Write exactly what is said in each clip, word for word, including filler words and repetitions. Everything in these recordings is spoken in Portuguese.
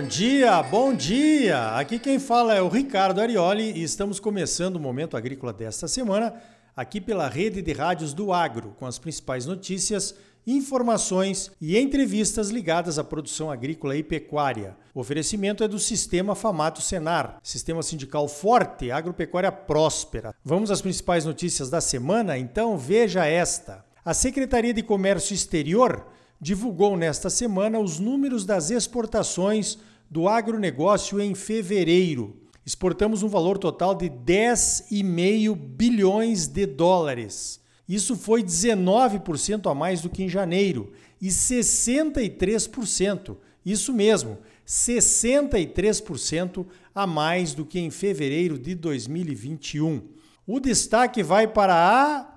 dia, bom dia! Aqui quem fala é o Ricardo Arioli e estamos começando o Momento Agrícola desta semana, aqui pela rede de rádios do Agro, com as principais notícias, informações e entrevistas ligadas à produção agrícola e pecuária. O oferecimento é do Sistema Famato Senar, Sistema Sindical Forte, Agropecuária Próspera. Vamos às principais notícias da semana? Então veja esta. A Secretaria de Comércio Exterior divulgou nesta semana os números das exportações do agronegócio em fevereiro. Exportamos um valor total de dez vírgula cinco bilhões de dólares. Isso foi dezenove por cento a mais do que em janeiro e sessenta e três por cento, isso mesmo, sessenta e três por cento a mais do que em fevereiro de dois mil e vinte e um. O destaque vai para a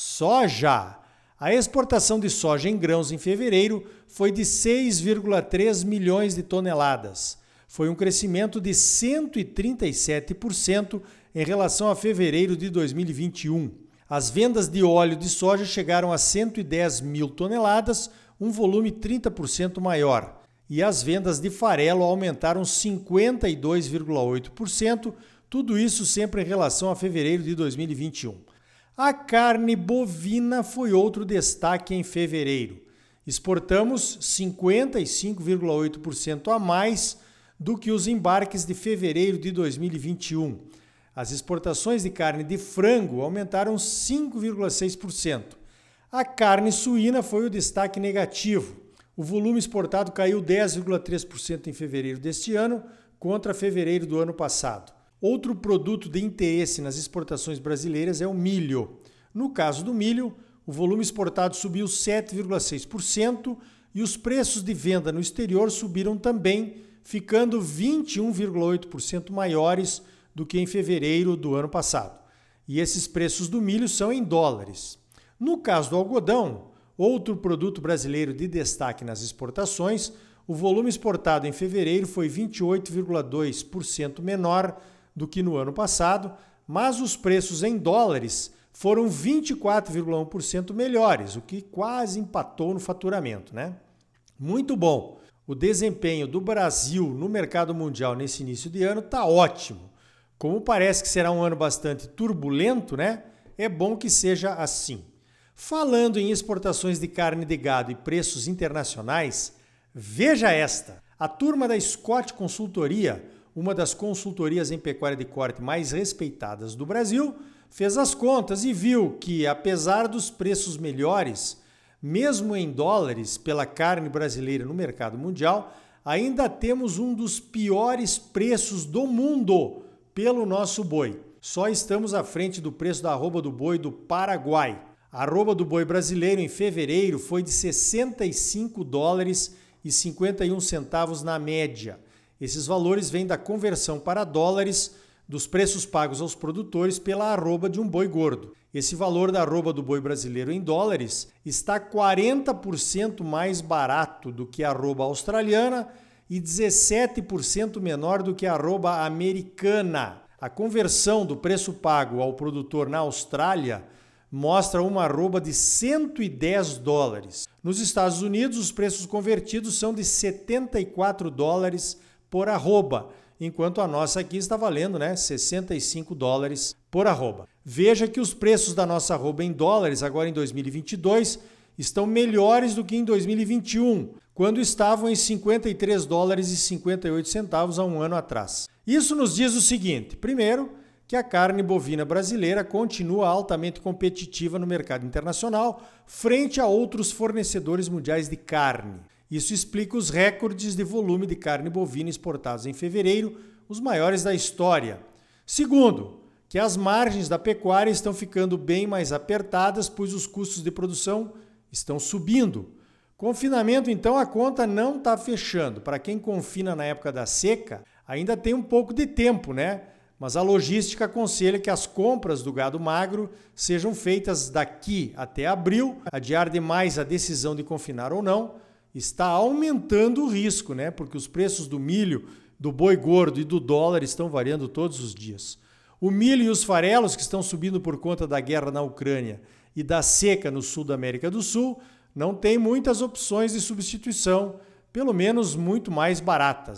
soja. A exportação de soja em grãos em fevereiro foi de seis vírgula três milhões de toneladas. Foi um crescimento de cento e trinta e sete por cento em relação a fevereiro de dois mil e vinte e um. As vendas de óleo de soja chegaram a cento e dez mil toneladas, um volume trinta por cento maior. E as vendas de farelo aumentaram cinquenta e dois vírgula oito por cento, tudo isso sempre em relação a fevereiro de dois mil e vinte e um. A carne bovina foi outro destaque em fevereiro. Exportamos cinquenta e cinco vírgula oito por cento a mais do que os embarques de fevereiro de dois mil e vinte e um. As exportações de carne de frango aumentaram cinco vírgula seis por cento. A carne suína foi o destaque negativo. O volume exportado caiu dez vírgula três por cento em fevereiro deste ano contra fevereiro do ano passado. Outro produto de interesse nas exportações brasileiras é o milho. No caso do milho, o volume exportado subiu sete vírgula seis por cento e os preços de venda no exterior subiram também, ficando vinte e um vírgula oito por cento maiores do que em fevereiro do ano passado. E esses preços do milho são em dólares. No caso do algodão, outro produto brasileiro de destaque nas exportações, o volume exportado em fevereiro foi vinte e oito vírgula dois por cento menor do que no ano passado, mas os preços em dólares foram vinte e quatro vírgula um por cento melhores, o que quase empatou no faturamento, né? Muito bom. O desempenho do Brasil no mercado mundial nesse início de ano está ótimo. Como parece que será um ano bastante turbulento, né? É bom que seja assim. Falando em exportações de carne de gado e preços internacionais, veja esta. A turma da Scott Consultoria, uma das consultorias em pecuária de corte mais respeitadas do Brasil, fez as contas e viu que, apesar dos preços melhores, mesmo em dólares, pela carne brasileira no mercado mundial, ainda temos um dos piores preços do mundo pelo nosso boi. Só estamos à frente do preço da arroba do boi do Paraguai. A arroba do boi brasileiro em fevereiro foi de sessenta e cinco dólares e cinquenta e um centavos na média. Esses valores vêm da conversão para dólares dos preços pagos aos produtores pela arroba de um boi gordo. Esse valor da arroba do boi brasileiro em dólares está quarenta por cento mais barato do que a arroba australiana e dezessete por cento menor do que a arroba americana. A conversão do preço pago ao produtor na Austrália mostra uma arroba de cento e dez dólares. Nos Estados Unidos, os preços convertidos são de setenta e quatro dólares por arroba, enquanto a nossa aqui está valendo, né, sessenta e cinco dólares por arroba. Veja que os preços da nossa arroba em dólares, agora em dois mil e vinte e dois, estão melhores do que em dois mil e vinte e um, quando estavam em cinquenta e três dólares e cinquenta e oito centavos há um ano atrás. Isso nos diz o seguinte: primeiro, que a carne bovina brasileira continua altamente competitiva no mercado internacional frente a outros fornecedores mundiais de carne. Isso explica os recordes de volume de carne bovina exportados em fevereiro, os maiores da história. Segundo, que as margens da pecuária estão ficando bem mais apertadas, pois os custos de produção estão subindo. Confinamento, então, a conta não está fechando. Para quem confina na época da seca, ainda tem um pouco de tempo, né? Mas a logística aconselha que as compras do gado magro sejam feitas daqui até abril. Adiar demais a decisão de confinar ou não está aumentando o risco, né? Porque os preços do milho, do boi gordo e do dólar estão variando todos os dias. O milho e os farelos, que estão subindo por conta da guerra na Ucrânia e da seca no sul da América do Sul, não têm muitas opções de substituição, pelo menos muito mais baratas, né?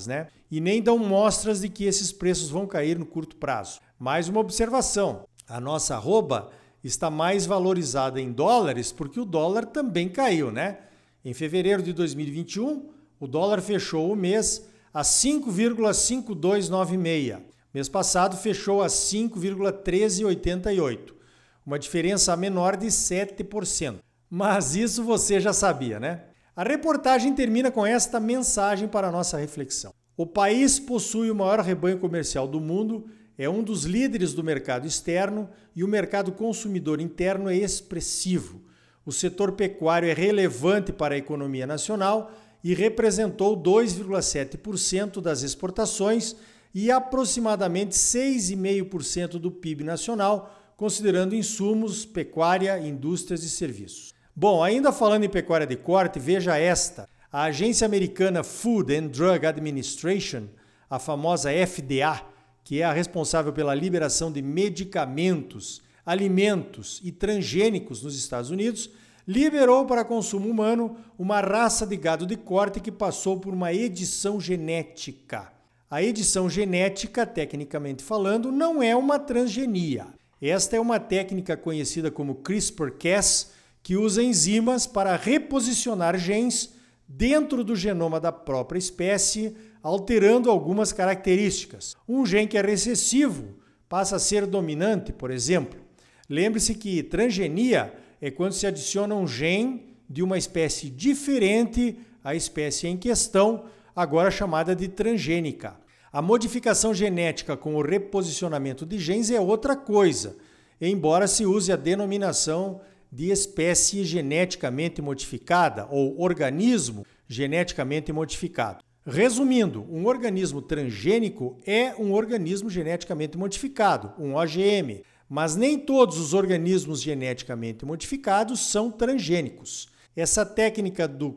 e nem dão mostras de que esses preços vão cair no curto prazo. Mais uma observação, a nossa arroba está mais valorizada em dólares porque o dólar também caiu, né? Em fevereiro de dois mil e vinte e um, o dólar fechou o mês a cinco vírgula cinco dois nove seis. Mês passado fechou a cinco vírgula treze oitenta e oito, uma diferença menor de sete por cento. Mas isso você já sabia, né? A reportagem termina com esta mensagem para a nossa reflexão. O país possui o maior rebanho comercial do mundo, é um dos líderes do mercado externo e o mercado consumidor interno é expressivo. O setor pecuário é relevante para a economia nacional e representou dois vírgula sete por cento das exportações e aproximadamente seis vírgula cinco por cento do P I B nacional, considerando insumos, pecuária, indústrias e serviços. Bom, ainda falando em pecuária de corte, veja esta. A agência americana Food and Drug Administration, a famosa F D A, que é a responsável pela liberação de medicamentos, alimentos e transgênicos nos Estados Unidos, liberou para consumo humano uma raça de gado de corte que passou por uma edição genética. A edição genética, tecnicamente falando, não é uma transgenia. Esta é uma técnica conhecida como CRISPR-Cas, que usa enzimas para reposicionar genes dentro do genoma da própria espécie, alterando algumas características. Um gene que é recessivo passa a ser dominante, por exemplo. Lembre-se que transgenia é quando se adiciona um gene de uma espécie diferente à espécie em questão, agora chamada de transgênica. A modificação genética com o reposicionamento de genes é outra coisa, embora se use a denominação de espécie geneticamente modificada ou organismo geneticamente modificado. Resumindo, um organismo transgênico é um organismo geneticamente modificado, um O G M, mas nem todos os organismos geneticamente modificados são transgênicos. Essa técnica do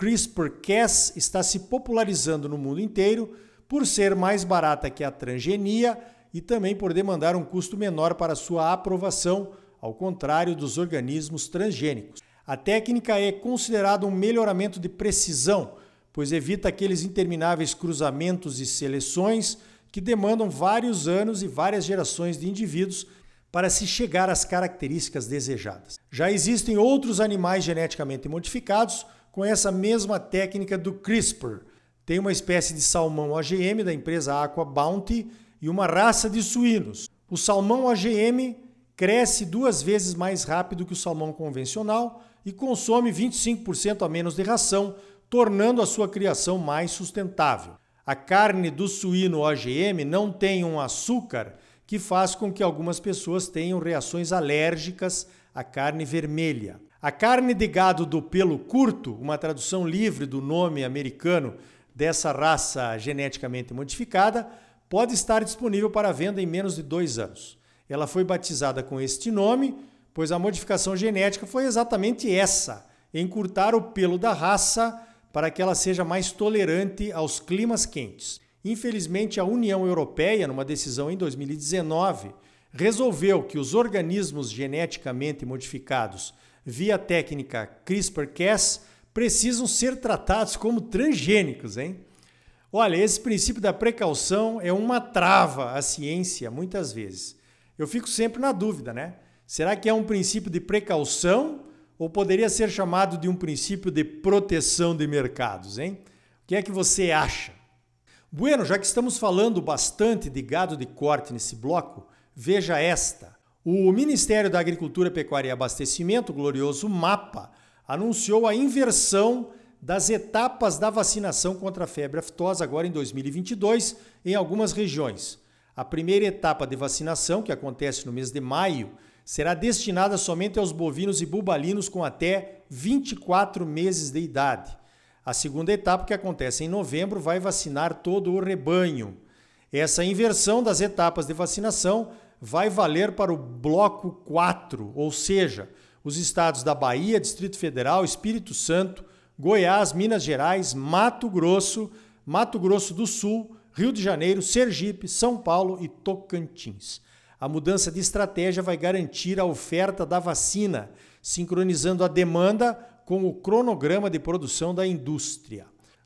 CRISPR-Cas está se popularizando no mundo inteiro por ser mais barata que a transgenia e também por demandar um custo menor para sua aprovação, ao contrário dos organismos transgênicos. A técnica é considerada um melhoramento de precisão, pois evita aqueles intermináveis cruzamentos e seleções que demandam vários anos e várias gerações de indivíduos para se chegar às características desejadas. Já existem outros animais geneticamente modificados com essa mesma técnica do CRISPR. Tem uma espécie de salmão O G M da empresa Aqua Bounty e uma raça de suínos. O salmão O G M cresce duas vezes mais rápido que o salmão convencional e consome vinte e cinco por cento a menos de ração, tornando a sua criação mais sustentável. A carne do suíno O G M não tem um açúcar que faz com que algumas pessoas tenham reações alérgicas à carne vermelha. A carne de gado do pelo curto, uma tradução livre do nome americano dessa raça geneticamente modificada, pode estar disponível para venda em menos de dois anos. Ela foi batizada com este nome, pois a modificação genética foi exatamente essa, encurtar o pelo da raça para que ela seja mais tolerante aos climas quentes. Infelizmente, a União Europeia, numa decisão em dois mil e dezenove, resolveu que os organismos geneticamente modificados via técnica CRISPR-Cas precisam ser tratados como transgênicos, hein? Olha, esse princípio da precaução é uma trava à ciência, muitas vezes. Eu fico sempre na dúvida, né? Será que é um princípio de precaução ou poderia ser chamado de um princípio de proteção de mercados, hein? O que é que você acha? Bueno, já que estamos falando bastante de gado de corte nesse bloco, veja esta. O Ministério da Agricultura, Pecuária e Abastecimento, o glorioso MAPA, anunciou a inversão das etapas da vacinação contra a febre aftosa agora em dois mil e vinte e dois em algumas regiões. A primeira etapa de vacinação, que acontece no mês de maio, será destinada somente aos bovinos e bubalinos com até vinte e quatro meses de idade. A segunda etapa, que acontece em novembro, vai vacinar todo o rebanho. Essa inversão das etapas de vacinação vai valer para o bloco quatro, ou seja, os estados da Bahia, Distrito Federal, Espírito Santo, Goiás, Minas Gerais, Mato Grosso, Mato Grosso do Sul, Rio de Janeiro, Sergipe, São Paulo e Tocantins. A mudança de estratégia vai garantir a oferta da vacina, sincronizando a demanda com o cronograma de produção da indústria.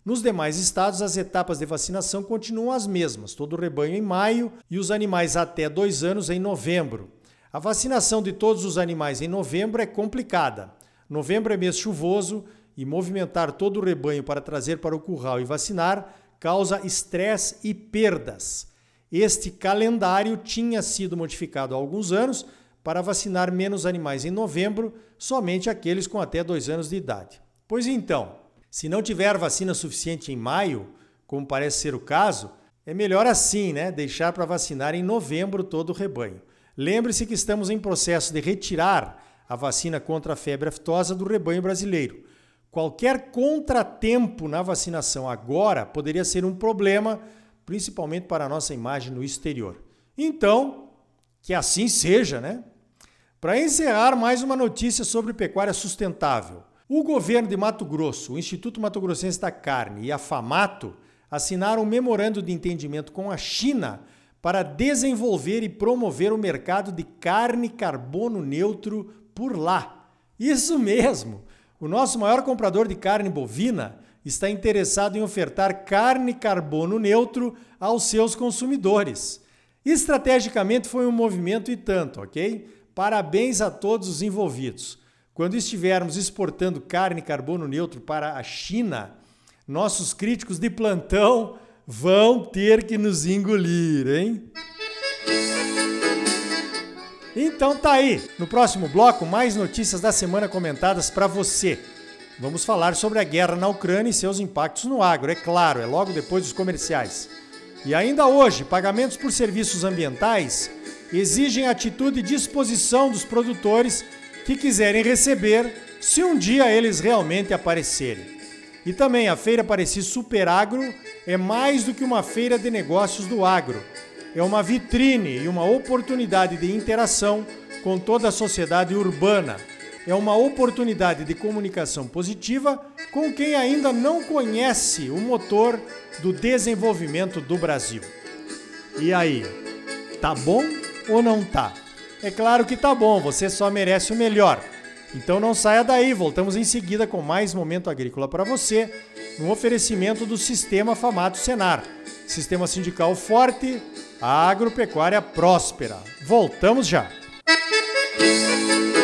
Nos demais estados, as etapas de vacinação continuam as mesmas, todo o rebanho em maio e os animais até dois anos em novembro. A vacinação de todos os animais em novembro é complicada. Novembro é mês chuvoso e movimentar todo o rebanho para trazer para o curral e vacinar causa estresse e perdas. Este calendário tinha sido modificado há alguns anos para vacinar menos animais em novembro, somente aqueles com até dois anos de idade. Pois então, se não tiver vacina suficiente em maio, como parece ser o caso, é melhor assim, né? Deixar para vacinar em novembro todo o rebanho. Lembre-se que estamos em processo de retirar a vacina contra a febre aftosa do rebanho brasileiro. Qualquer contratempo na vacinação agora poderia ser um problema, principalmente para a nossa imagem no exterior. Então, que assim seja, né? Para encerrar, mais uma notícia sobre pecuária sustentável. O governo de Mato Grosso, o Instituto Mato Grossense da Carne e a FAMATO assinaram um memorando de entendimento com a China para desenvolver e promover o mercado de carne carbono neutro por lá. Isso mesmo! O nosso maior comprador de carne bovina está interessado em ofertar carne carbono neutro aos seus consumidores. Estrategicamente foi um movimento e tanto, ok? Parabéns a todos os envolvidos. Quando estivermos exportando carne carbono neutro para a China, nossos críticos de plantão vão ter que nos engolir, hein? Então tá aí, no próximo bloco, mais notícias da semana comentadas para você. Vamos falar sobre a guerra na Ucrânia e seus impactos no agro, é claro, é logo depois dos comerciais. E ainda hoje, pagamentos por serviços ambientais exigem atitude e disposição dos produtores que quiserem receber, se um dia eles realmente aparecerem. E também a Feira Pareci Superagro é mais do que uma feira de negócios do agro. É uma vitrine e uma oportunidade de interação com toda a sociedade urbana. É uma oportunidade de comunicação positiva com quem ainda não conhece o motor do desenvolvimento do Brasil. E aí, tá bom ou não tá? É claro que tá bom, você só merece o melhor. Então não saia daí, voltamos em seguida com mais Momento Agrícola para você, no oferecimento do Sistema Famato Senar. Sistema sindical forte, a agropecuária próspera. Voltamos já!